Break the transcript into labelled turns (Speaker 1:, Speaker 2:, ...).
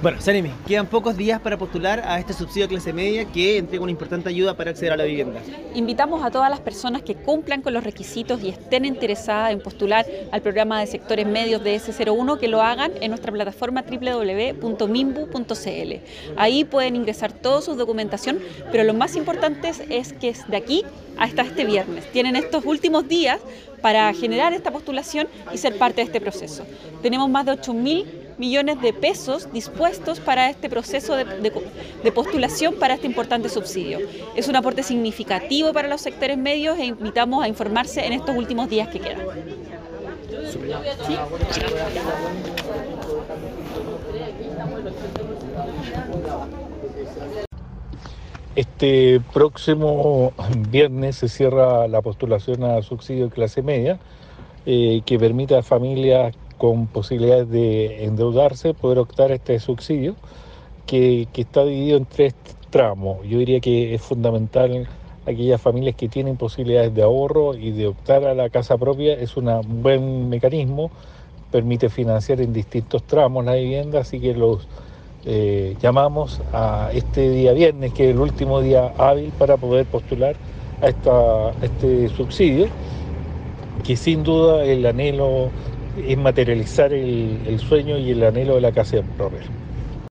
Speaker 1: Bueno, Seremi, quedan pocos días para postular a este subsidio clase media que entrega una importante ayuda para acceder a la vivienda.
Speaker 2: Invitamos a todas las personas que cumplan con los requisitos y estén interesadas en postular al programa de sectores medios de S01 que lo hagan en nuestra plataforma www.minbu.cl. Ahí pueden ingresar toda su documentación, pero lo más importante es que es de aquí hasta este viernes. Tienen estos últimos días para generar esta postulación y ser parte de este proceso. Tenemos más de 8.000 millones de pesos dispuestos para este proceso de postulación para este importante subsidio. Es un aporte significativo para los sectores medios e invitamos a informarse en estos últimos días que quedan. ¿Sí?
Speaker 3: Este próximo viernes se cierra la postulación a subsidio de clase media, que permite a familias con posibilidades de endeudarse poder optar a este subsidio, que está dividido en tres tramos. Yo diría que es fundamental aquellas familias que tienen posibilidades de ahorro y de optar a la casa propia. Es un buen mecanismo, permite financiar en distintos tramos la vivienda, así que los llamamos a este día viernes, que es el último día hábil para poder postular a este subsidio, que sin duda el anhelo es materializar el sueño y el anhelo de la casa propia.